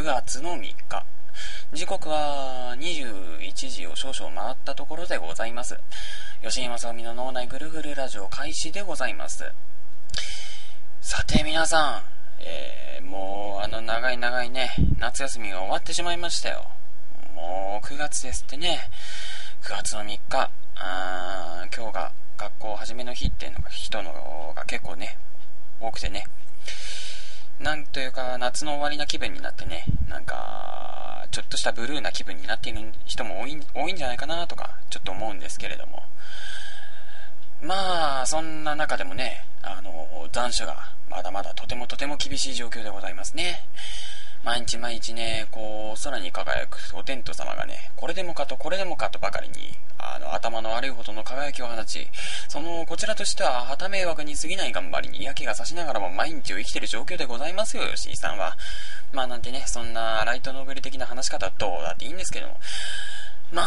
月の3日。時刻は21時を少々回ったところでございます。吉井正臣の脳内ぐるぐるラジオ開始でございます。さて皆さん、もう長いね、夏休みが終わってしまいましたよ。もう9月ですってね。9月の3日、今日が学校始めの日っていうのが人のが結構ね、多くてね。なんというか夏の終わりな気分になってね、なんかちょっとしたブルーな気分になっている人も多いんじゃないかなとかちょっと思うんですけれども、まあそんな中でもね、残暑がまだまだとても厳しい状況でございますね。毎日ね、こう空に輝くお天道様がね、これでもかとばかりに頭の悪いほどの輝きを放ち、こちらとしては旗迷惑に過ぎない頑張りに嫌気がさしながらも毎日を生きている状況でございますよ、吉井さんは。まあなんてね、そんなライトノベル的な話し方はどうだっていいんですけども、ま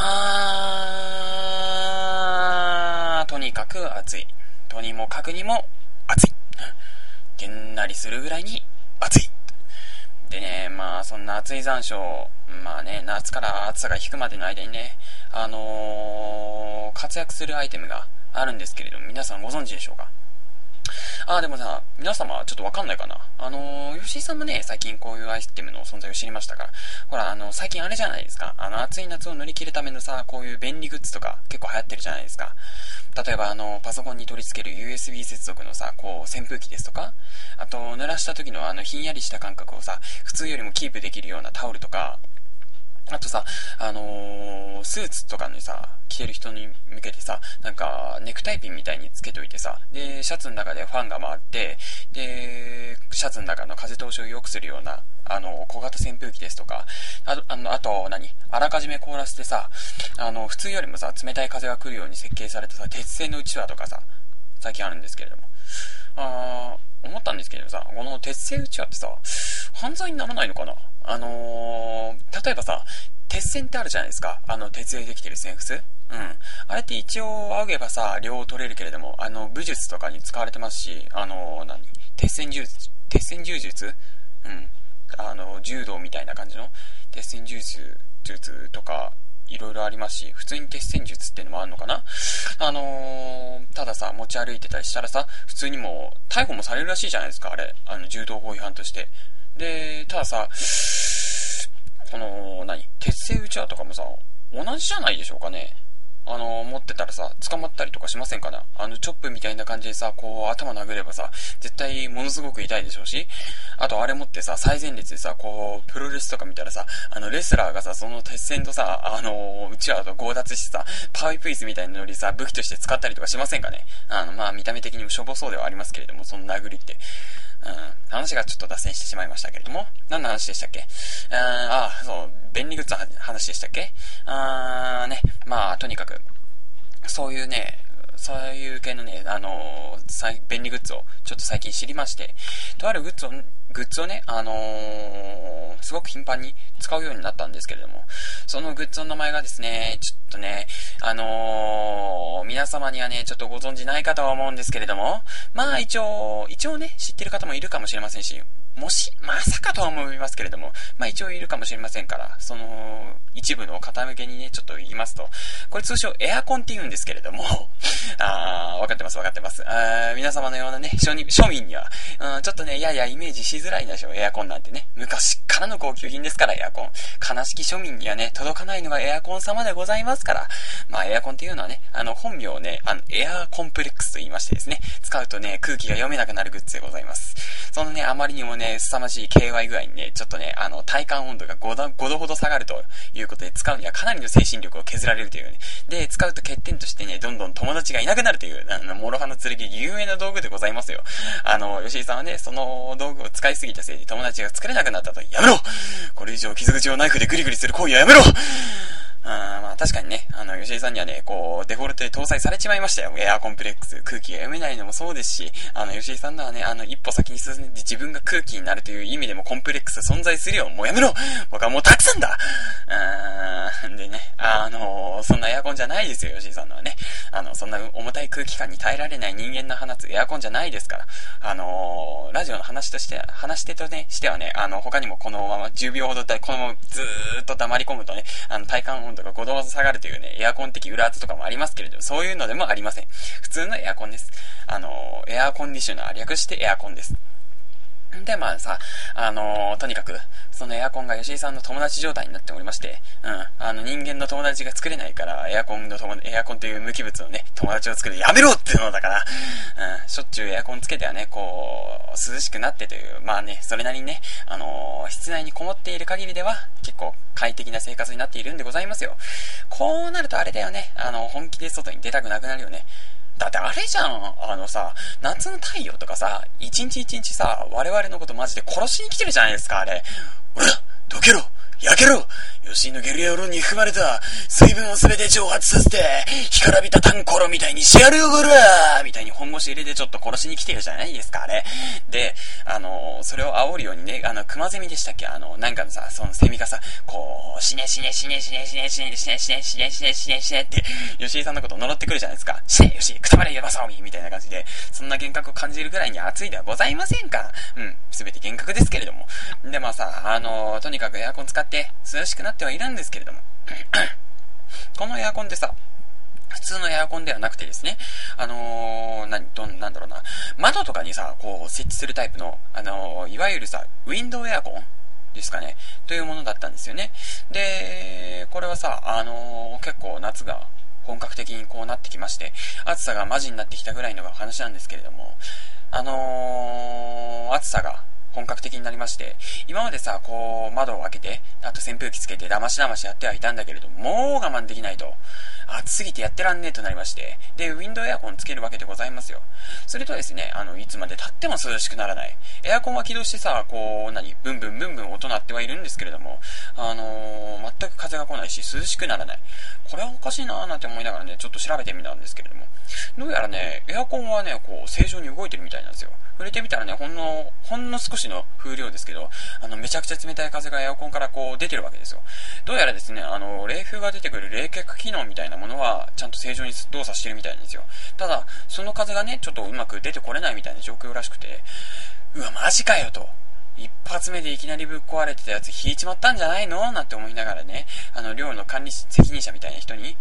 あとにかく暑い、とにもかくにも暑い、げんなりするぐらいに暑いでね、まあそんな暑い残暑、まあね、夏から暑さが引くまでの間にね、活躍するアイテムがあるんですけれども、皆さんご存知でしょうか？でもさ、皆様ちょっとわかんないかな。吉井さんもね、最近こういうアイテムの存在を知りましたから。ほら、最近あれじゃないですか。暑い夏を乗り切るためのさ、こういう便利グッズとか結構流行ってるじゃないですか。例えばパソコンに取り付ける USB 接続のさ、こう扇風機ですとか、あと濡らした時のひんやりした感覚をさ、普通よりもキープできるようなタオルとか、あとさ、スーツとかにさ、着てる人に向けてさ、なんかネクタイピンみたいにつけといてさ、でシャツの中でファンが回って、でシャツの中の風通しを良くするような小型扇風機ですとか、あとあらかじめ凍らせてさ、普通よりもさ冷たい風が来るように設計されたさ鉄製のうちわとかさ、最近あるんですけれども、思ったんですけれどさ、この鉄製うちわってさ、犯罪にならないのかな。例えばさ、鉄線ってあるじゃないですか。鉄でできてる線フス。あれって一応仰げばさ、両を取れるけれども、武術とかに使われてますし、鉄線柔術柔道みたいな感じの鉄線柔術とか、いろいろありますし、普通に鉄線術っていうのもあるのかな。たださ、持ち歩いてたりしたらさ、普通にも逮捕もされるらしいじゃないですか、あれ。銃刀法違反として。で、たださ、鉄製うちわとかもさ、同じじゃないでしょうかね。持ってたらさ、捕まったりとかしませんかな。チョップみたいな感じでさ、こう頭殴ればさ、絶対ものすごく痛いでしょうし、あとあれ持ってさ、最前列でさ、こうプロレスとか見たらさ、レスラーがさ、その鉄線とさ、うちわと強奪してさ、パイプ椅子みたいなのにさ、武器として使ったりとかしませんかね。まあ見た目的にもしょぼそうではありますけれども、その殴りって。話がちょっと脱線してしまいましたけれども、何の話でしたっけ？そう、便利グッズの話でしたっけ？まあ、とにかく、そういう系のね、便利グッズをちょっと最近知りまして、とあるグッズをね、すごく頻繁に使うようになったんですけれども、そのグッズの名前がですね、ちょっとね、皆様にはね、ちょっとご存じないかとは思うんですけれども、まあ一応ね、知ってる方もいるかもしれませんし、まさかとは思いますけれども、まあ一応いるかもしれませんから、その一部の方向けにね、ちょっと言いますと、これ通称エアコンって言うんですけれども、わかってます。皆様のようなね、庶民には、ちょっとね、ややイメージしづらいでしょ、エアコンなんてね。昔からの高級品ですから、エアコン。悲しき庶民にはね、届かないのがエアコン様でございますから、まあエアコンっていうのはね、本名をね、エアコンプレックスと言いましてですね、使うとね、空気が読めなくなるグッズでございます。そのね、あまりにもね、凄まじい KY 具合にね、ちょっとね、体感温度が5度ほど下がるということで、使うにはかなりの精神力を削られるというね。で、使うと欠点としてね、どんどん友達がいなくなるという、諸刃の剣、有名な道具でございますよ。吉井さんはね、その道具を使いすぎたせいで友達が作れなくなったと。やめろ！これ以上傷口をナイフでグリグリする行為はやめろ！ まあ確かにね、吉井さんにはね、こう、デフォルトで搭載されちまいましたよ。エアコンプレックス。空気が読めないのもそうですし、吉井さんのはね、一歩先に進んで自分が空気になるという意味でもコンプレックス存在するよ。もうやめろ。僕はもうたくさんだ。でね、そんなエアコンじゃないですよ、吉井さんのはね。そんな重たい空気感に耐えられない人間の放つエアコンじゃないですから。ラジオの話し手とね、してはね、他にもこのまま10秒ほどこのままずーっと黙り込むとね、体感温度が5度ほど下がるというね、エアコン的裏圧とかもありますけれど、そういうのでもありません。普通のエアコンです。エアコンディショナー、略してエアコンです。で、まあさ、とにかく、そのエアコンが吉井さんの友達状態になっておりまして、人間の友達が作れないから、エアコンという無機物のね、友達を作るやめろっていうのだから、しょっちゅうエアコンつけてはね、こう、涼しくなってという、まあね、それなりにね、室内にこもっている限りでは、結構快適な生活になっているんでございますよ。こうなるとあれだよね、本気で外に出たくなくなるよね。だってあれじゃん、夏の太陽とかさ、一日一日さ、我々のことマジで殺しに来てるじゃないですか、あれ。ほら、どけろ焼けろ吉井のゲルヤロンに含まれた水分をすべて蒸発させて、干からびたタンコロみたいにしてやるよ、こらみたいに本腰入れてちょっと殺しに来てるじゃないですか、あれ。で、それを煽るようにね、クマゼミでしたっけなんかのさ、そのセミがさ、こう、死ね死ね死ね死ね死ね死ね死ね死ね死ね死ね死ね死ねって、吉井さんのことを呪ってくるじゃないですか。死ね吉井、くたばれヤバサオミみたいな感じで、そんな幻覚を感じるぐらいに熱いではございませんか。すべて幻覚ですけれども。で、まあさ、とにかくエアコン使って涼しくなってはいるんですけれどもこのエアコンってさ、普通のエアコンではなくてですね、なんだろうな、窓とかにさ、こう設置するタイプの、いわゆるさ、ウィンドウエアコンですかね、というものだったんですよね。で、これはさ、結構夏が本格的にこうなってきまして、暑さがマジになってきたぐらいの話なんですけれども、暑さが本格的になりまして、今までさ、こう、窓を開けて、あと扇風機つけて、だましだましやってはいたんだけれども、もう我慢できないと。暑すぎてやってらんねえとなりまして、で、ウィンドウエアコンつけるわけでございますよ。それとですね、いつまで経っても涼しくならない。エアコンは起動してさ、こう、ブンブンブンブン音鳴ってはいるんですけれども、全く風が来ないし、涼しくならない。これはおかしいなーなんて思いながらね、ちょっと調べてみたんですけれども、どうやらね、エアコンはね、こう、正常に動いてるみたいなんですよ。触れてみたらね、ほんの少しの風量ですけど、めちゃくちゃ冷たい風がエアコンからこう出てるわけですよ。どうやらですね、冷風が出てくる冷却機能みたいなものは、ちゃんと正常に動作してるみたいなんですよ。ただ、その風がね、ちょっとうまく出てこれないみたいな状況らしくて、うわ、マジかよと。一発目でいきなりぶっ壊れてたやつ引いちまったんじゃないのなんて思いながらね、寮の管理責任者みたいな人に、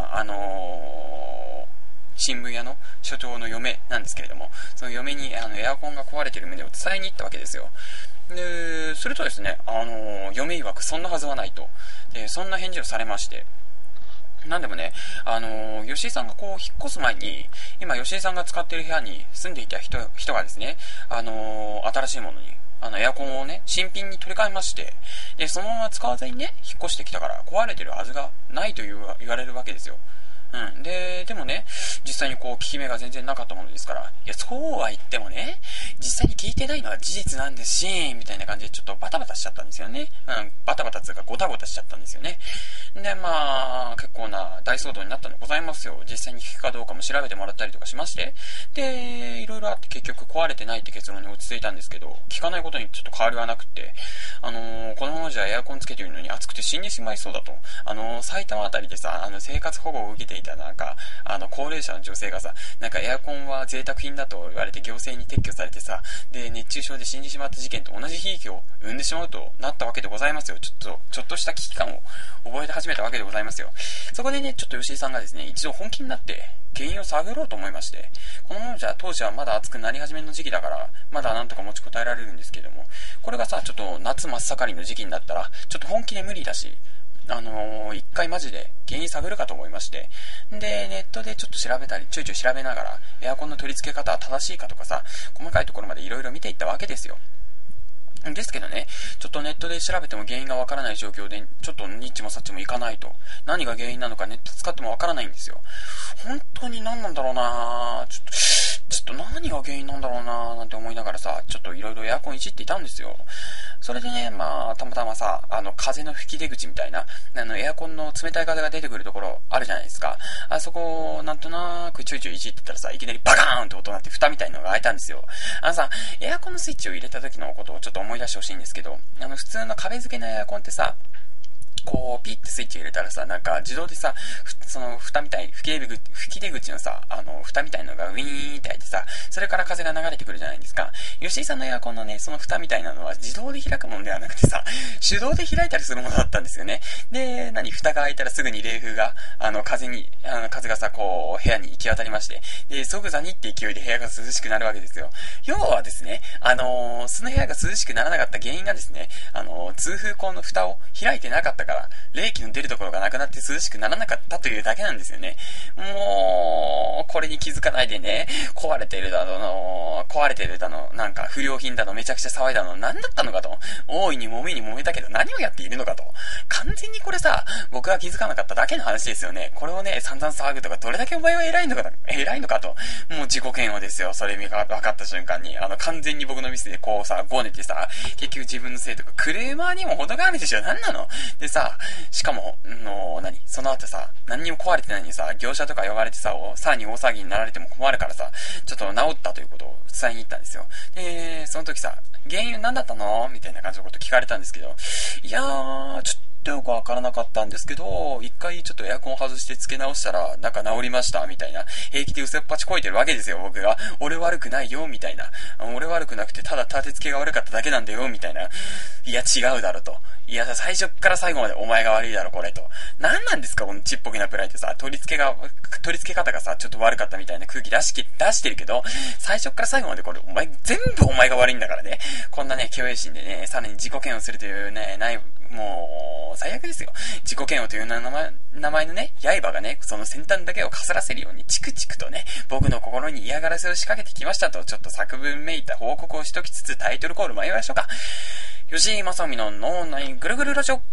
新聞屋の所長の嫁なんですけれども、その嫁にエアコンが壊れてる旨を伝えに行ったわけですよ。で、するとですね、嫁曰くそんなはずはないと。で、そんな返事をされまして、なんでもね、吉井さんがこう引っ越す前に、今吉井さんが使っている部屋に住んでいた人がですね、新しいものに、エアコンをね、新品に取り替えまして、で、そのまま使わずにね、引っ越してきたから壊れてるはずがないと言われるわけですよ。でもね、実際にこう、効き目が全然なかったものですから、いや、そうは言ってもね、実際に聞いてないのは事実なんですし、みたいな感じでちょっとバタバタしちゃったんですよね。バタバタつうかゴタゴタしちゃったんですよね。で、まあ、結構な大騒動になったのでございますよ。実際に効くかどうかも調べてもらったりとかしまして、で、いろいろあって結局壊れてないって結論に落ち着いたんですけど、効かないことにちょっと変わりはなくって、このままじゃエアコンつけているのに暑くて死んでしまいそうだと。埼玉あたりでさ、生活保護を受けていたなんか、高齢者の女性がさ、なんかエアコンは贅沢品だと言われて行政に撤去されてさ、で、熱中症で死んでしまった事件と同じ悲劇を生んでしまうとなったわけでございますよ。ちょっとした危機感を覚えて始めたわけでございますよ。そこでね、ちょっと吉井さんがですね、一度本気になって原因を探ろうと思いまして、このままじゃ当時はまだ暑くなり始めの時期だから、まだなんとか持ちこたえられるんですけども、これがさ、ちょっと夏真っ盛りの時期になったら、ちょっと本気で無理だし、一回マジで原因探るかと思いまして、で、ネットでちょっと調べたり、ちょいちょい調べながら、エアコンの取り付け方は正しいかとかさ、細かいところまでいろいろ見ていったわけですよ。ですけどね、ちょっとネットで調べても原因がわからない状況で、ちょっとニッチもサッチもいかないと、何が原因なのかネット使ってもわからないんですよ。本当に何なんだろうなちょっちょっと何が原因なんだろうなーなんて思いながらさ、ちょっといろいろエアコンいじっていたんですよ。それでね、まあ、たまたまさ、風の吹き出口みたいな、エアコンの冷たい風が出てくるところあるじゃないですか。あそこ、なんとなくちょいちょいいじってたらさ、いきなりバカーンって音が鳴って蓋みたいのが開いたんですよ。さ、エアコンのスイッチを入れた時のことをちょっと思い出してほしいんですけど、普通の壁付けのエアコンってさ、こう、ピッてスイッチ入れたらさ、なんか自動でさ、その蓋みたい、吹き出口のさ、蓋みたいのがウィーンって開いてさ、それから風が流れてくるじゃないですか。吉井さんのエアコンのね、その蓋みたいなのは自動で開くものではなくてさ、手動で開いたりするものだったんですよね。で、蓋が開いたらすぐに冷風が、風がさ、こう、部屋に行き渡りまして、で、即座にって勢いで部屋が涼しくなるわけですよ。要はですね、その部屋が涼しくならなかった原因がですね、通風口の蓋を開いてなかったから、冷気の出るところがなくなって涼しくならなかったというだけなんですよね。もう、これに気づかないでね、壊れてるだの、なんか不良品だの、めちゃくちゃ騒いだの、何だったのかと。大いに揉めたけど何をやっているのかと。完全にこれさ、僕が気づかなかっただけの話ですよね。これをね、散々騒ぐとか、どれだけお前は偉いのかと。もう自己嫌悪ですよ。それが分かった瞬間に。完全に僕のミスでこうさ、ごねてさ、結局自分のせいとか、クレーマーにも程があるでしょ。何なのでさ、しかも、その後さ、何にも壊れてないのにさ、業者とか呼ばれてさ、さらに大騒ぎになられても困るからさ、ちょっと治ったということを伝えに行ったんですよ。で、その時さ、原因何だったのみたいな感じのこと聞かれたんですけど、いやー、ちょっとよくわからなかったんですけど、一回ちょっとエアコン外して付け直したら、なんか治りました、みたいな。平気でうせっぱちこいてるわけですよ、僕が。俺悪くないよ、みたいな。俺悪くなくて、ただ立て付けが悪かっただけなんだよ、みたいな。いや、違うだろ、と。いや、最初から最後までお前が悪いだろ、これ、と。何なんですか、このちっぽけなプライドさ。取り付け方がさ、ちょっと悪かったみたいな空気出してるけど、最初から最後までこれ、全部お前が悪いんだからね。こんなね、虚栄心でね、さらに自己嫌悪するというね、もう、最悪ですよ。自己嫌悪という名前のね、刃がね、その先端だけをかすらせるように、チクチクとね、僕の心に嫌がらせを仕掛けてきましたと、ちょっと作文めいた報告をしときつつ、タイトルコール参りましょうか。吉井正美の脳内ぐるぐるラジオ。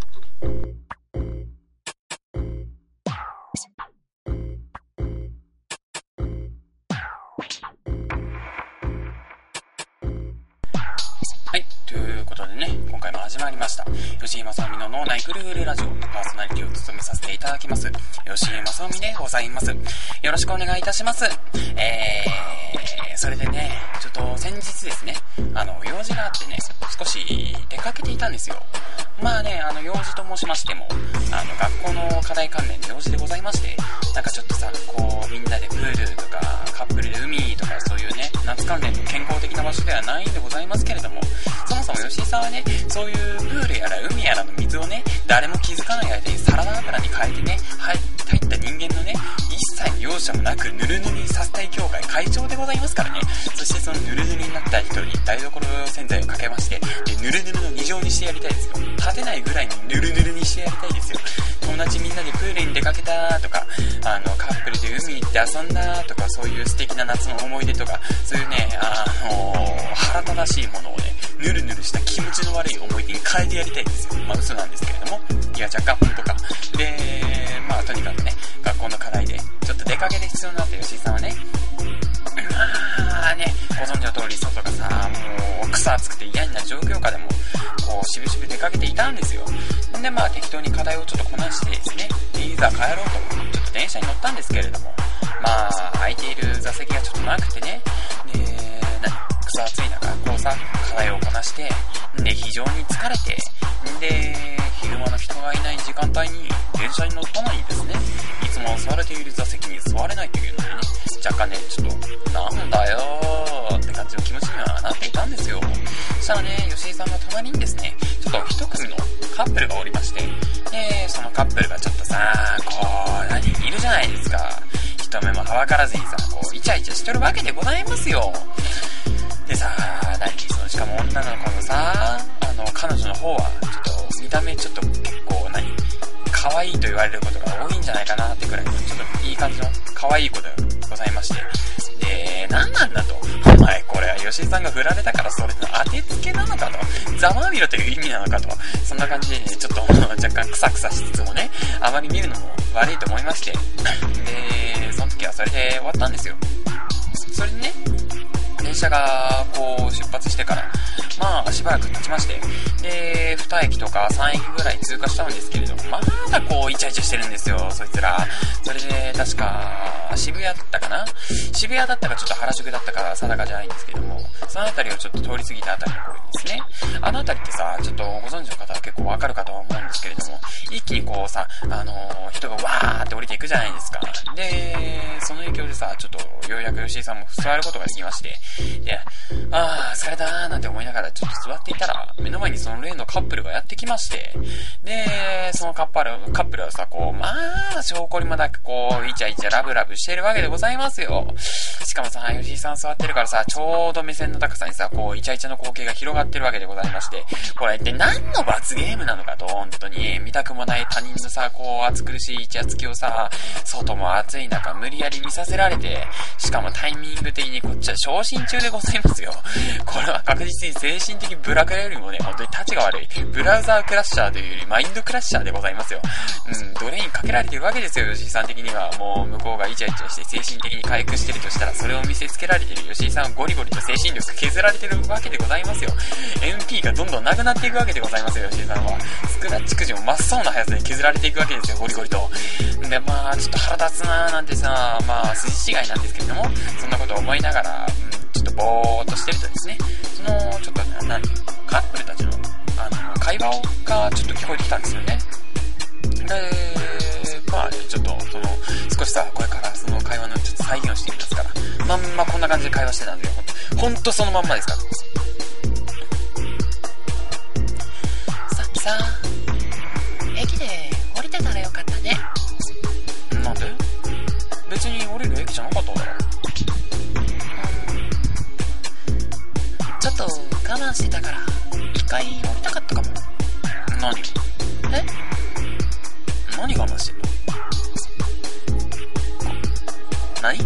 はい、ということでね、今回も始まりました。吉井正美の脳内ぐるぐるラジオ、パーソナリティを務めさせていただきます。吉井正美でございます。よろしくお願いいたします。それでね、ちょっと先日ですね、用事があってね、少し出かけていたんですよ。まあね、用事と申しましても、学校の課題関連の用事でございまして、なんかちょっとさ、こう、みんなでプールとか、カップルで海とか、そういうね、夏関連の健康的な場所ではないんでございますけれども、そもそも吉井さんはね、そういうプールやら海やらの水をね、誰も気づかない間にサラダ油に変えてね、入った人間のね、一切の容赦もなくヌルヌルにさせたい協会会長でございますからね。そしてそのヌルヌルになった人に台所洗剤をかけまして、でヌルヌルの2乗にしてやりたいですよ。立てないぐらいにヌルヌルにしてやりたいですよ。友達みんなでプールに出かけたとか、カップルで海行って遊んだとか、そういう素敵な夏の思い出とか、そういうね、腹立たしいものをね、ヌルヌルした気持ちの悪い思い出に変えてやりたいですよ。まあ嘘なんですけれども、いや若干本当か。で、まあとにかくね、学校の課題でちょっと出かける必要になった吉井さんはね、まあね、ご存知の通り外がさ、もう草暑くて嫌になる状況下でもこうしぶしぶ出かけていたんですよ。でまあ適当に課題をちょっとこなしてですね、でいざ帰ろうとちょっと電車に乗ったんですけれども、まあ空いている座席がちょっとなくてね、で草暑い中こうさ課題をこなして、で非常に疲れて、で昼間の人がいない時間帯に電車に乗ったのにですね、いつも座れている座席に座れないというのでね、若干ねちょっとなんだよーって感じの気持ちにはなっていたんですよ。そしたらね、吉井さんの隣にですね、ちょっと一組のカップルがおりまして、でそのカップルがちょっとさ、こういるじゃないですか。人目もはばからずにさ、こうイチャイチャしてるわけでございますよ。でさ、しかも女の子のさ、彼女の方はちょっと見た目ちょっと結構可愛いと言われることが多いんじゃないかなってくらい、ちょっといい感じの可愛い子でございまして、で何なんだと、お前これは吉井さんが振られたからそれの当てつけなのかと、ざまあみろという意味なのかと、そんな感じでね、ちょっと若干クサクサしつつもね、あまり見るのも悪いと思いまして、でその時はそれで終わったんですよ。それでね、 車がこう出発してからまあしばらく経ちまして、で2駅とか3駅ぐらい通過したんですけれども、まだこうイチャイチャしてるんですよ、そいつら。それで確か渋谷だったかな、渋谷だったかちょっと原宿だったか定かじゃないんですけども、その辺りをちょっと通り過ぎた辺りの頃にですね、あの辺りってさ、ちょっとご存知の方は結構わかるかとは思うんですけれども、一気にこうさ、人がわーって降りていくじゃないですか。でその影響でさ、ちょっとようやく吉井さんも座ることができまして、で疲れたーなんて思いながらちょっと座っていたら、目の前にその例のカップルがやってきまして、でそのカップルはさ、こうまあ証拠りもなくこうイチャイチャラブラブしてるわけでございますよ。しかもさ、吉井さん座ってるからさ、ちょうど目線の高さにさ、こうイチャイチャの光景が広がってるわけでございまして、これ一体何の罰ゲームなのかと、本当に見たくもない他人のさ、こう暑苦しいイチャつきをさ、外も暑い中無理やり見させられて、しかもタイミング的にこっちは昇進中でございますよ。これは確実に精神的ブラクラよりもね、本当にタチが悪いブラウザークラッシャーというよりマインドクラッシャーでございますよ。奴隷にかけられてるわけですよ、吉井さん的には。もう向こうがイチャイチャして精神的に回復してるとしたら、それを見せつけられてる吉井さんはゴリゴリと精神力削られてるわけでございますよ。 MP がどんどんなくなっていくわけでございますよ、吉井さんは。スクラッチくじも真っ青な速さで削られていくわけですよ、ゴリゴリと。でまあちょっと腹立つなーなんてさ、まあ筋違いなんですけれども、そんなことを思いながら、ちょっとぼーっとしてるとですね、そのちょっとカップルたちの会話がちょっと聞こえてきたんですよね。でまあちょっとその少しさ、これからその会話のちょっと再現をしてみますから、まんまこんな感じで会話してたんで、ほんとそのまんまですから。 さっきさ、駅で降りてたらよかったね。 なんで？別に降りる駅じゃなかっただろ。 ちょっと我慢してたから一回降りたかったかも。 何我慢してんの？何？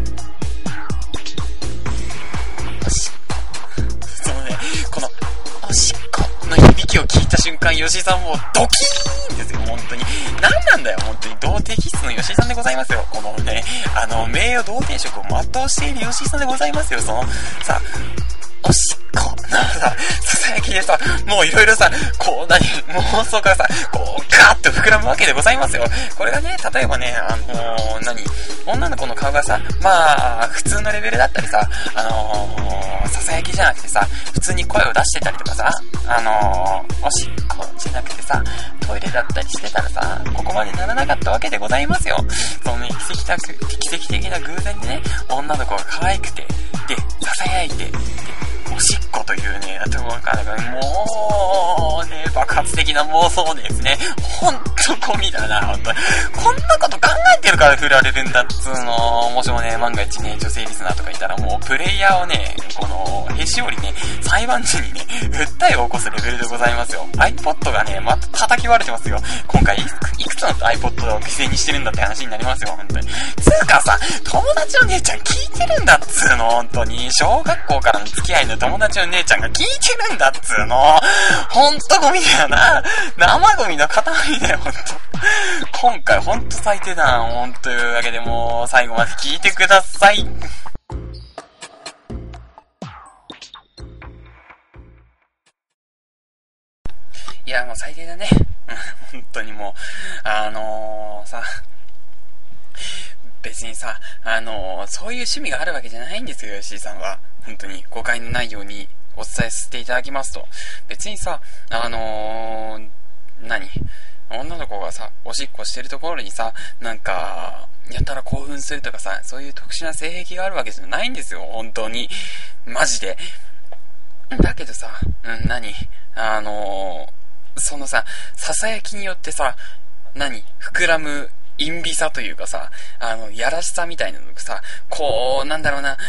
おしっこ。 そのね、このおしっこの響きを聞いた瞬間、吉井さんもうドキーンですよ、本当に。何なんだよ、本当に。童貞気質の吉井さんでございますよ。このね、名誉童貞職を全うしている吉井さんでございますよ。そのさ、おしっこのさ、ささやきでさ、もういろいろさ、こう妄想からさ、こうガーッと膨らむわけでございますよ。これがね、例えばね、女の子の顔がさ、まあ普通のレベルだったりさ、ささやきじゃなくてさ、普通に声を出してたりとかさ、おしっこじゃなくてさ、トイレだったりしてたらさ、ここまでならなかったわけでございますよ。そのね、奇跡的な偶然でね、女の子が可愛くて、で、ささやいて、で、おしっこというね、もうね、爆発的な妄想ですね。ほんとゴミだな、ほんと。こんなこと考えてるから振られるんだっつーの。もしもね、万が一ね、女性リスナーとかいたら、もうプレイヤーをね、この、へし折りね、裁判所にね、訴えを起こすレベルでございますよ。iPod がね、また叩き割れてますよ。今回いくつの iPod を犠牲にしてるんだって話になりますよ、ほんとに。つうかさ、友達の姉ちゃん聞いてるんだっつーの、ほんとに。小学校からの付き合いの友達の姉ちゃんが聞いてるんだっつーの。ほんとゴミだよな。生ゴミの塊だよ、ほんと。今回ほんと最低だな、ほんと。というわけでもう最後まで聞いてください。いやもう最低だね。本当にもうさ、別にさそういう趣味があるわけじゃないんですよ、吉井さんは。本当に誤解のないようにお伝えさせていただきますと、別にさ女の子がさおしっこしてるところにさ、なんかやったら興奮するとかさ、そういう特殊な性癖があるわけじゃないんですよ、本当にマジで。だけどさ、そのさ、ささやきによってさ、膨らむ陰微さというかさ、やらしさみたいなのがさ、こう、なんだろうな、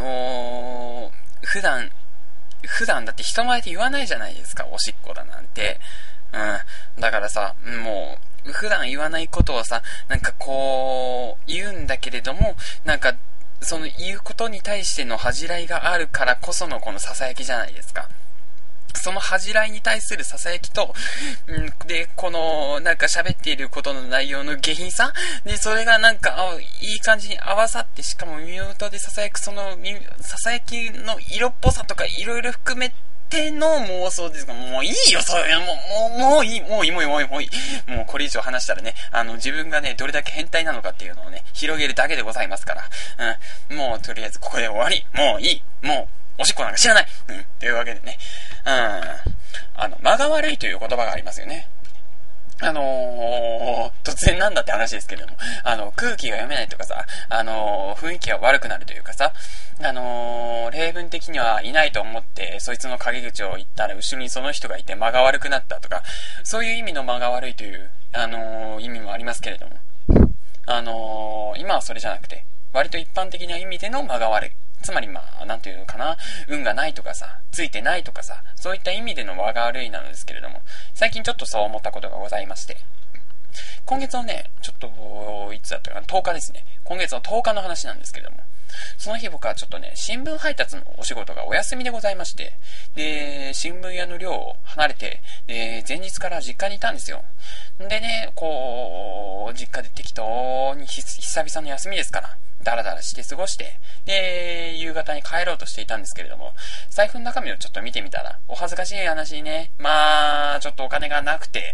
普段だって人前で言わないじゃないですか、おしっこだなんて。だからさ、もう、普段言わないことをさ、なんかこう、言うんだけれども、なんか、その言うことに対しての恥じらいがあるからこそのこのささやきじゃないですか。 その恥じらいに対する囁きと、で、この、なんか喋っていることの内容の下品さで、それがなんか、いい感じに合わさって、しかも耳元で囁く、その、囁きの色っぽさとか、いろいろ含めての妄想ですが、もういいよ、そういう、もういい。もうこれ以上話したらね、自分がね、どれだけ変態なのかっていうのをね、広げるだけでございますから、もうとりあえずここで終わり。もういい。もう、おしっこなんか知らない。というわけでね、間が悪いという言葉がありますよね。突然なんだって話ですけれども、空気が読めないとかさ、雰囲気が悪くなるというかさ、例文的にはいないと思って、そいつの陰口を言ったら、後ろにその人がいて間が悪くなったとか、そういう意味の間が悪いという、意味もありますけれども、今はそれじゃなくて、割と一般的な意味での間が悪い。つまりなんていうのかな、運がないとかさ、ついてないとかさ、そういった意味での間が悪いなのですけれども、最近ちょっとそう思ったことがございまして、今月のね、ちょっと、いつだったかな、10日ですね。今月の10日の話なんですけれども、その日僕はちょっとね、新聞配達のお仕事がお休みでございまして、で、新聞屋の寮を離れて、で、前日から実家にいたんですよ。でね、実家で適当に久々の休みですから、ダラダラして過ごして、で、夕方に帰ろうとしていたんですけれども、財布の中身をちょっと見てみたら、お恥ずかしい話にね、ちょっとお金がなくて、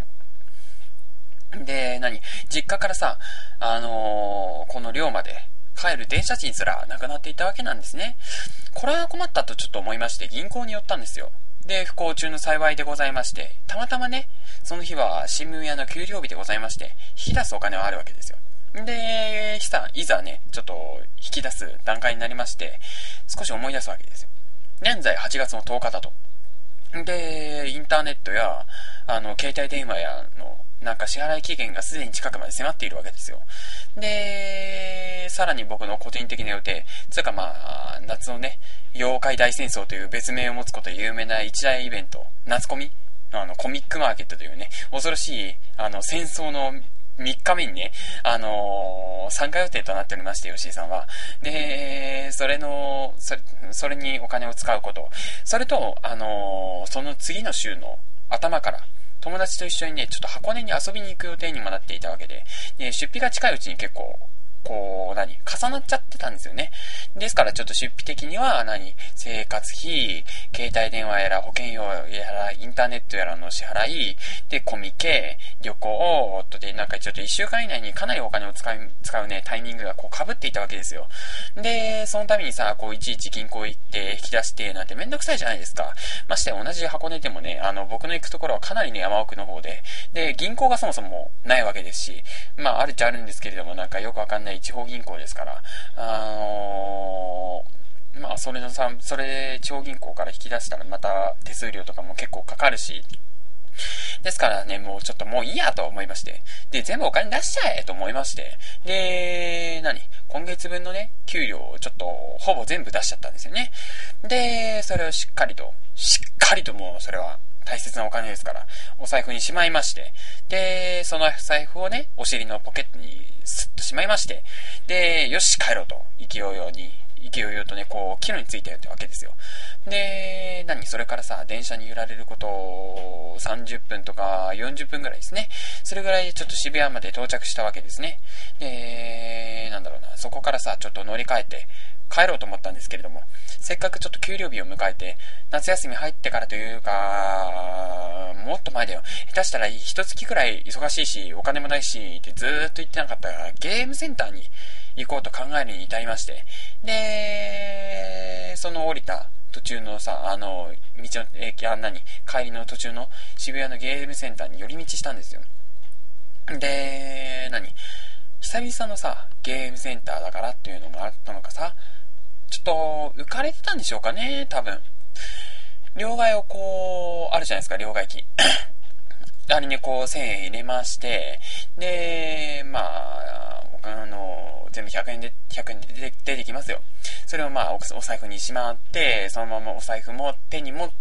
で、実家からさ、この寮まで帰る電車賃すらなくなっていたわけなんですね。これは困ったとちょっと思いまして、銀行に寄ったんですよ。で、不幸中の幸いでございまして、たまたまね、その日は新聞屋の給料日でございまして、引き出すお金はあるわけですよ。で、いざね、ちょっと引き出す段階になりまして、少し思い出すわけですよ。現在8月の10日だと。で、インターネットや、携帯電話やの、なんか支払い期限がすでに近くまで迫っているわけですよ。で、さらに僕の個人的な予定、つうか夏のね、妖怪大戦争という別名を持つことで有名な一大イベント、夏コミコミックマーケットというね、恐ろしい、戦争の3日目にね、参加予定となっておりまして、吉井さんは。で、それにお金を使うこと。それと、その次の週の頭から、友達と一緒にね、ちょっと箱根に遊びに行く予定にもなっていたわけで、出費が近いうちに結構、重なっちゃってたんですよね。ですからちょっと出費的には生活費、携帯電話やら保険料やらインターネットやらの支払い、で、コミケ、旅行とでちょっと1週間以内にかなりお金を使うね、タイミングが被っていたわけですよ。で、そのためにさ、いちいち銀行行って引き出してなんてめんどくさいじゃないですか。まして同じ箱根でもね、僕の行くところはかなりね、山奥の方で、で、銀行がそもそもないわけですし、あるっちゃあるんですけれども、よくわかんない地方銀行ですから、それ地方銀行から引き出したらまた手数料とかも結構かかるし、ですからね、もういいやと思いまして、で、全部お金出しちゃえと思いまして、で、今月分のね、給料をちょっとほぼ全部出しちゃったんですよね。で、それをしっかりともうそれは大切なお金ですから、お財布にしまいまして、で、その財布をね、お尻のポケットにスッとしまいまして、で、よし、帰ろうと、勢いようとね、帰路についたよってわけですよ。で、それからさ、電車に揺られることを30分とか40分ぐらいですね。それぐらいでちょっと渋谷まで到着したわけですね。で、そこからさ、ちょっと乗り換えて帰ろうと思ったんですけれども、せっかくちょっと給料日を迎えて、夏休み入ってからというか、もっと前だよ。下手したら一月くらい忙しいし、お金もないし、ってずーっと言ってなかったゲームセンターに行こうと考えるに至りまして、で、その降りた途中のさ、道の帰りの途中の渋谷のゲームセンターに寄り道したんですよ。で、久々のさ、ゲームセンターだからっていうのもあったのかさ、ちょっと浮かれてたんでしょうかね、多分。両替をあるじゃないですか、両替機。あれに1000円入れまして、で、全部100円で出てきますよ。それをお財布にしまって、そのままお財布も手に持って、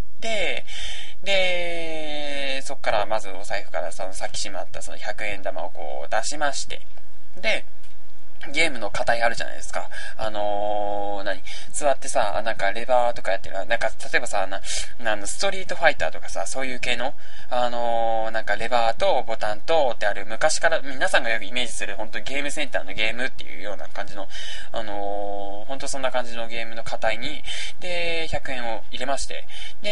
で、そっからまずお財布からさっきしまったその100円玉を出しまして、で、 ゲームの課題あるじゃないですか。座ってさ、なんかレバーとかやってる、なんか例えばさ、ストリートファイターとかさ、そういう系の、なんかレバーとボタンとってある、昔から皆さんがよくイメージする、本当にゲームセンターのゲームっていうような感じの、本当そんな感じのゲームの課題に、で、100円を入れまして、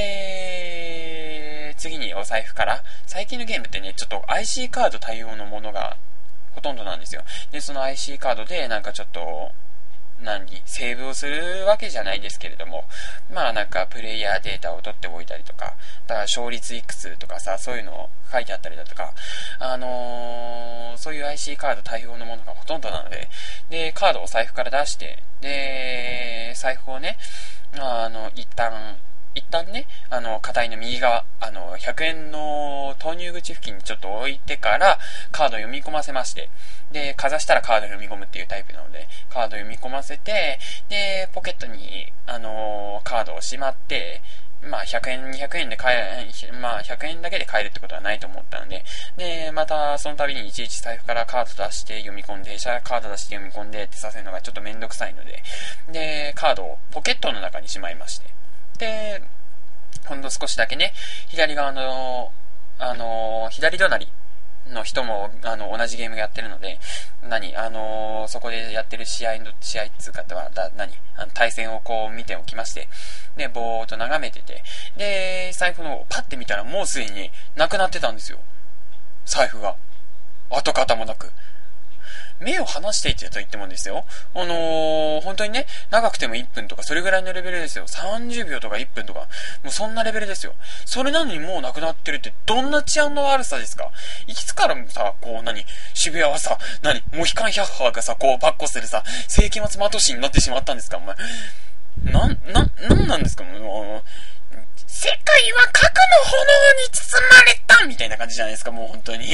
で、次にお財布から、最近のゲームってね、ちょっと IC カード対応のものがほとんどなんですよ。で、その IC カードで、なんかちょっと、セーブをするわけじゃないですけれども、まあなんかプレイヤーデータを取っておいたりとか、だから勝率いくつとかさ、そういうのを書いてあったりだとか、そういう IC カード対応のものがほとんどなので、で、カードを財布から出して、で、財布をね、一旦ね、課題の右側、100円の投入口付近にちょっと置いてから、カードを読み込ませまして、で、かざしたらカードを読み込むっていうタイプなので、カードを読み込ませて、で、ポケットに、カードをしまって、まあ、100円、200円でまあ、100円だけで買えるってことはないと思ったので、で、また、その度にいちいち財布からカード出して読み込んで、カード出して読み込んでってさせるのがちょっとめんどくさいので、で、カードをポケットの中にしまいまして、で、ほんの少しだけね、左側の、左隣の人も、同じゲームやってるので、そこでやってる試合っていうかは、対戦をこう見ておきまして、で、ぼーっと眺めてて、で、財布のパッて見たらもうすでになくなってたんですよ。財布が。跡形もなく。目を離していてと言ってもですよ。本当にね、長くても1分とか、それぐらいのレベルですよ。30秒とか1分とか、もうそんなレベルですよ。それなのにもうなくなってるって、どんな治安の悪さですか？いつからさ、渋谷はさ、モヒカン百派がさ、こう、ばっこするさ、世紀末的しになってしまったんですか、お前。なんなんですか、もう。世界は核の炎に包まれたみたいな感じじゃないですか、もう本当に。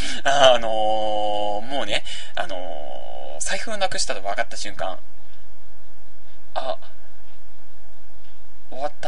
もうね、財布をなくしたと分かった瞬間、終わった。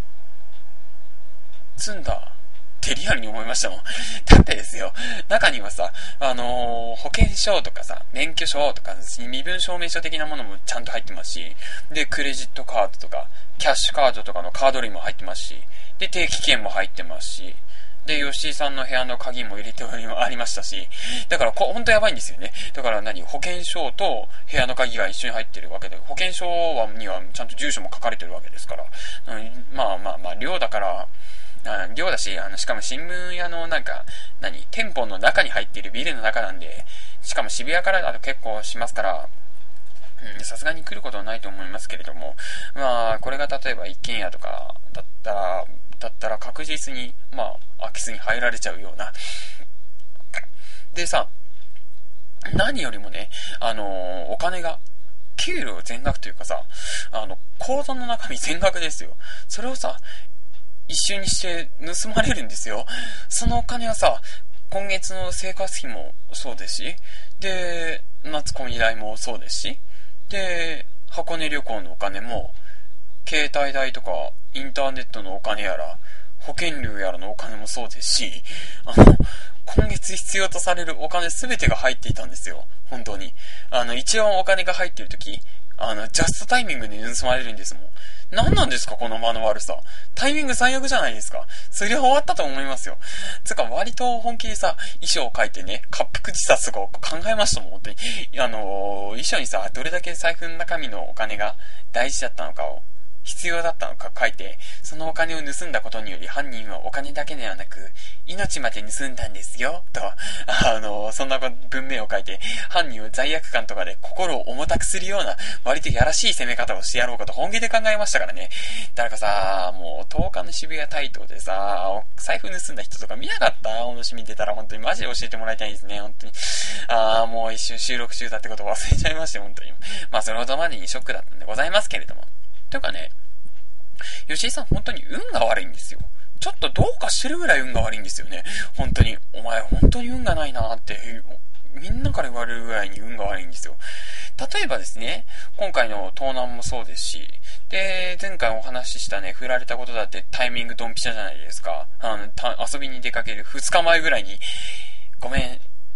積んだ。ってリアルに思いましたもん。だってですよ、中にはさ、保険証とかさ、免許証とか、身分証明書的なものもちゃんと入ってますし、で、クレジットカードとか、キャッシュカードとかのカード類も入ってますし、で、定期券も入ってますし、で、吉井さんの部屋の鍵も入れてありましたし、だからほんとやばいんですよね。だから保険証と部屋の鍵が一緒に入ってるわけで、保険証にはちゃんと住所も書かれてるわけですから、まあ、寮だから、寮だし、しかも新聞屋の店舗の中に入っているビルの中なんで、しかも渋谷からだと結構しますから、さすがに来ることはないと思いますけれども、まあ、これが例えば一軒家とかだったら確実に、まあ、空き巣に入られちゃうような。でさ、何よりもね、お金が、給料全額というかさ、口座の中身全額ですよ。それをさ、一瞬にして盗まれるんですよ。そのお金はさ、今月の生活費もそうですし、で、夏コミ代もそうですし、で、箱根旅行のお金も、携帯代とか、インターネットのお金やら、保険料やらのお金もそうですし、今月必要とされるお金すべてが入っていたんですよ。本当に。一応お金が入っているとき、ジャストタイミングで盗まれるんですもん。何なんですかこの間の悪さ。タイミング最悪じゃないですか。それは終わったと思いますよ。つか割と本気でさ、遺書を書いてね、滑腹自殺とか考えましたもん、本当に。遺書にさ、どれだけ財布の中身のお金が大事だったのかを、必要だったのか書いて、そのお金を盗んだことにより犯人はお金だけではなく、命まで盗んだんですよ、と、そんな文明を書いて、犯人を罪悪感とかで心を重たくするような、割とやらしい攻め方をしてやろうかと本気で考えましたからね。誰かさ、もう10日の渋谷台東でさ、財布盗んだ人とか見なかった？お主見てたら本当にマジで教えてもらいたいですね、本当に。もう一瞬収録中だってことを忘れちゃいましたよ、本当に。まあそれほどまでにショックだったんでございますけれども。というかね、吉井さん本当に運が悪いんですよ。ちょっとどうかしてるぐらい運が悪いんですよね。本当に。お前本当に運がないなって、みんなから言われるぐらいに運が悪いんですよ。例えばですね、今回の盗難もそうですし、で、前回お話ししたね、振られたことだってタイミングドンピシャじゃないですか。遊びに出かける2日前ぐらいに、ごめん、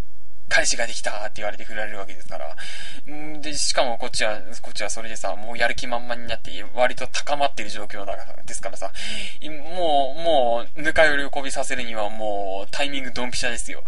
彼氏ができたって言われて振られるわけですから。で、しかもこっちはそれでさ、もうやる気満々になって、割と高まっている状況ですからさ、もう、ぬか喜びさせるにはもう、タイミングドンピシャですよ。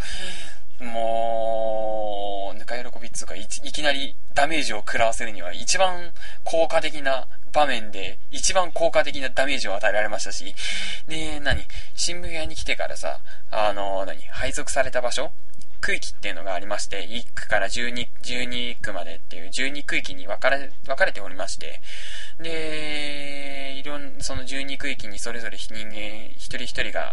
もう、ぬか喜びっつうか、いきなりダメージを食らわせるには、一番効果的な場面で、一番効果的なダメージを与えられましたし、で、新聞屋に来てからさ、配属された場所区域っていうのがありまして、1区から12区までっていう12区域に分かれておりまして、で、その12区域にそれぞれ人間一人一人が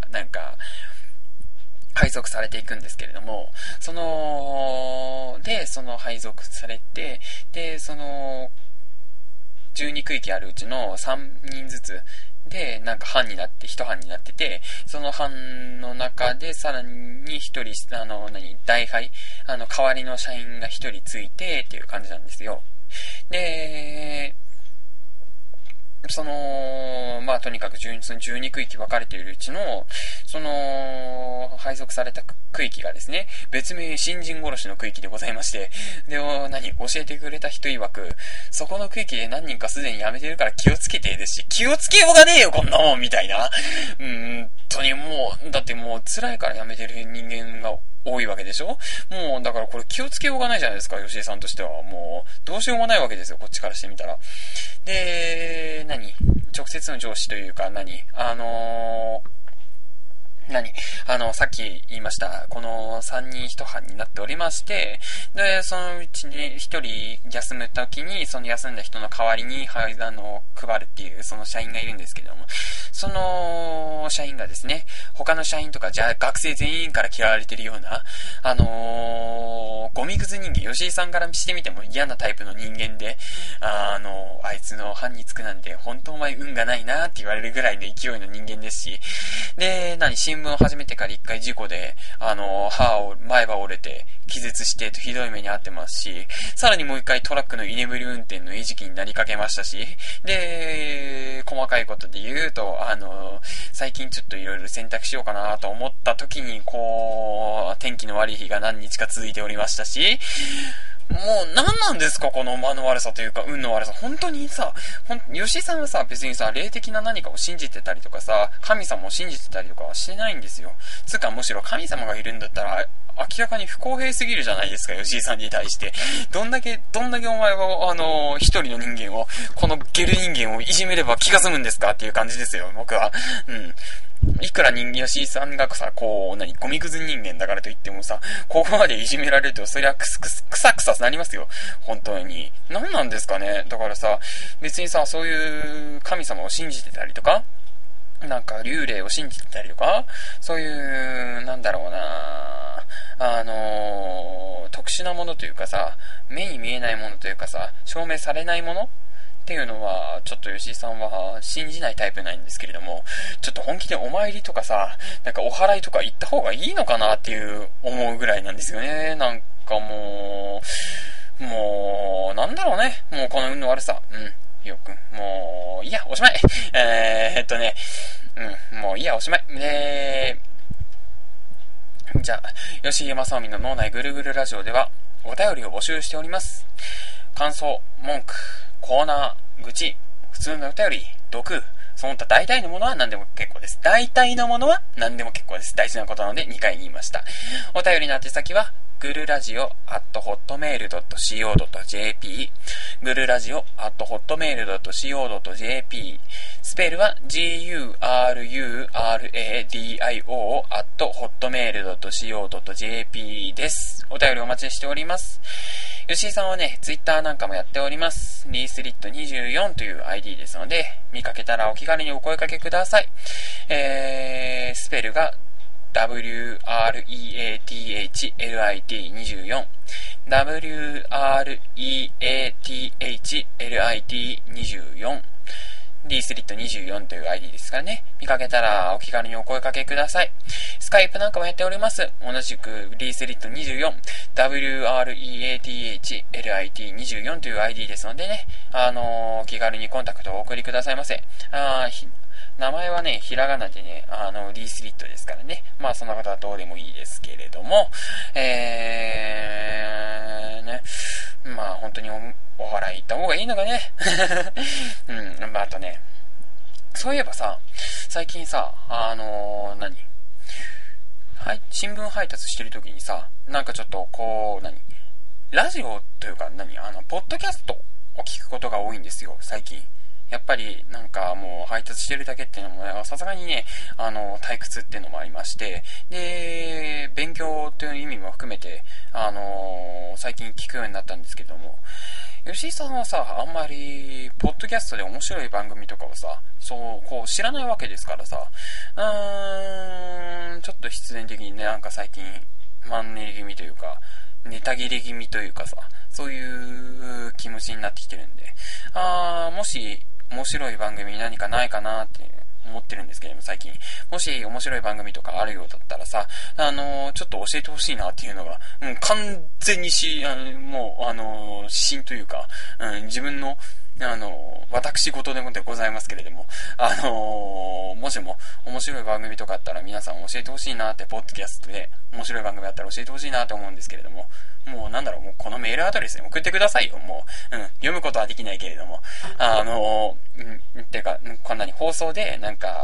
配属されていくんですけれども、その配属されて、で、その12区域あるうちの3人ずつで、班になって、一班になってて、その班の中でさらに一人、代配、代わりの社員が一人ついてっていう感じなんですよ。で、とにかく12区域分かれているうちの、配属された区域がですね、別名新人殺しの区域でございまして、で、教えてくれた人曰く、そこの区域で何人かすでに辞めてるから気をつけてですし、気をつけようがねえよ、こんなもんみたいな。だってもう辛いから辞めてる人間が多いわけでしょ。もうだからこれ気をつけようがないじゃないですか、吉井さんとしては。もうどうしようもないわけですよ、こっちからしてみたら。で、直接の上司というかさっき言いました、この3人一班になっておりまして、で、そのうちに1人休むときに、その休んだ人の代わりに、配るっていう、その社員がいるんですけれども、その社員がですね、他の社員とか、学生全員から嫌われてるような、ゴミくず人間、吉井さんからしてみても嫌なタイプの人間で、あいつの班につくなんて、本当お前運がないなって言われるぐらいの勢いの人間ですし、で、新聞を始めてから一回事故で、前歯折れて、気絶してひどい目に遭ってますし、さらにもう一回トラックの居眠り運転の餌食になりかけましたし、で、細かいことで言うと、最近ちょっといろいろ選択しようかなと思った時に、天気の悪い日が何日か続いておりましたし、もう何なんですかこの間の悪さというか運の悪さ。本当にさ、吉井さんはさ、別にさ、霊的な何かを信じてたりとかさ、神様を信じてたりとかはしてないんですよ。つうかむしろ神様がいるんだったら、明らかに不公平すぎるじゃないですか、吉井さんに対して。どんだけお前は、一人の人間を、このゲル人間をいじめれば気が済むんですかっていう感じですよ、僕は。いくら吉井さんがさ、ゴミくず人間だからといってもさ、ここまでいじめられると、そりゃくさなりますよ。本当に。何なんですかね。だからさ、別にさ、そういう神様を信じてたりとか、幽霊を信じてたりとか、そういう、特殊なものというかさ、目に見えないものというかさ、証明されないものっていうのは、ちょっと吉井さんは信じないタイプなんですけれども、ちょっと本気でお参りとかさ、お祓いとか行った方がいいのかなっていう思うぐらいなんですよね。もう、なんだろうね。もうこの運の悪さ。もう、いいや、おしまい。もういいや、おしまい。じゃあ、吉井正臣の脳内ぐるぐるラジオでは、お便りを募集しております。感想、文句、コーナー、愚痴、普通のお便り、毒、その他大体のものは何でも結構です。大体のものは何でも結構です。大事なことなので2回言いました。お便りの宛先は、ぐるラジオ@hotmail.co.jp ぐるラジオ@hotmail.co.jp スペルは gururadio@hotmail.co.jp です。お便りお待ちしております。吉井さんはね、ツイッターなんかもやっております。リースリット24という ID ですので、見かけたらお気軽にお声掛けください。スペルがWREATHLIT24 WREATHLIT24 リースリット24という ID ですからね。見かけたらお気軽にお声掛けください。スカイプなんかもやっております。同じくリースリット24 WREATHLIT24 という ID ですのでね、お気軽にコンタクトをお送りくださいませ。 名前はね、ひらがなでね、リースリットですからね。まあ、そんなことはどうでもいいですけれども、ね、まあ、本当にお笑い行った方がいいのかね。まあ、あとね、そういえばさ、最近さ、新聞配達してる時にさ、なんかちょっとこう、ラジオというかポッドキャストを聞くことが多いんですよ、最近。やっぱりなんかもう配達してるだけっていうのもさすがにね、退屈っていうのもありまして、で、勉強という意味も含めて、最近聞くようになったんですけども、吉井さんはさ、あんまりポッドキャストで面白い番組とかをさ、こう知らないわけですからさ、ちょっと必然的にね、なんか最近マンネリ気味というか、ネタ切れ気味というかさ、そういう気持ちになってきてるんで、もし面白い番組何かないかなって思ってるんですけれども、最近もし面白い番組とかあるようだったらさ、ちょっと教えてほしいなっていうのが、完全にもう指針というか、自分の私事でもでございますけれども、もしも面白い番組とかあったら皆さん教えてほしいなって、ポッドキャストで面白い番組あったら教えてほしいなと思うんですけれども、もうもうこのメールアドレスに送ってくださいよ、もう。読むことはできないけれども。てか、こんなに放送で、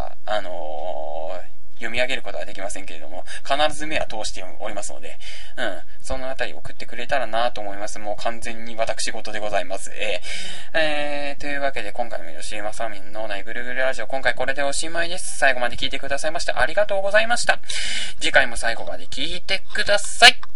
読み上げることはできませんけれども、必ず目は通しておりますので、そのあたり送ってくれたらなと思います。もう完全に私事でございます。というわけで今回も吉井正美の脳内ぐるぐるラジオ、今回これでおしまいです。最後まで聞いてくださいましてありがとうございました。次回も最後まで聞いてください。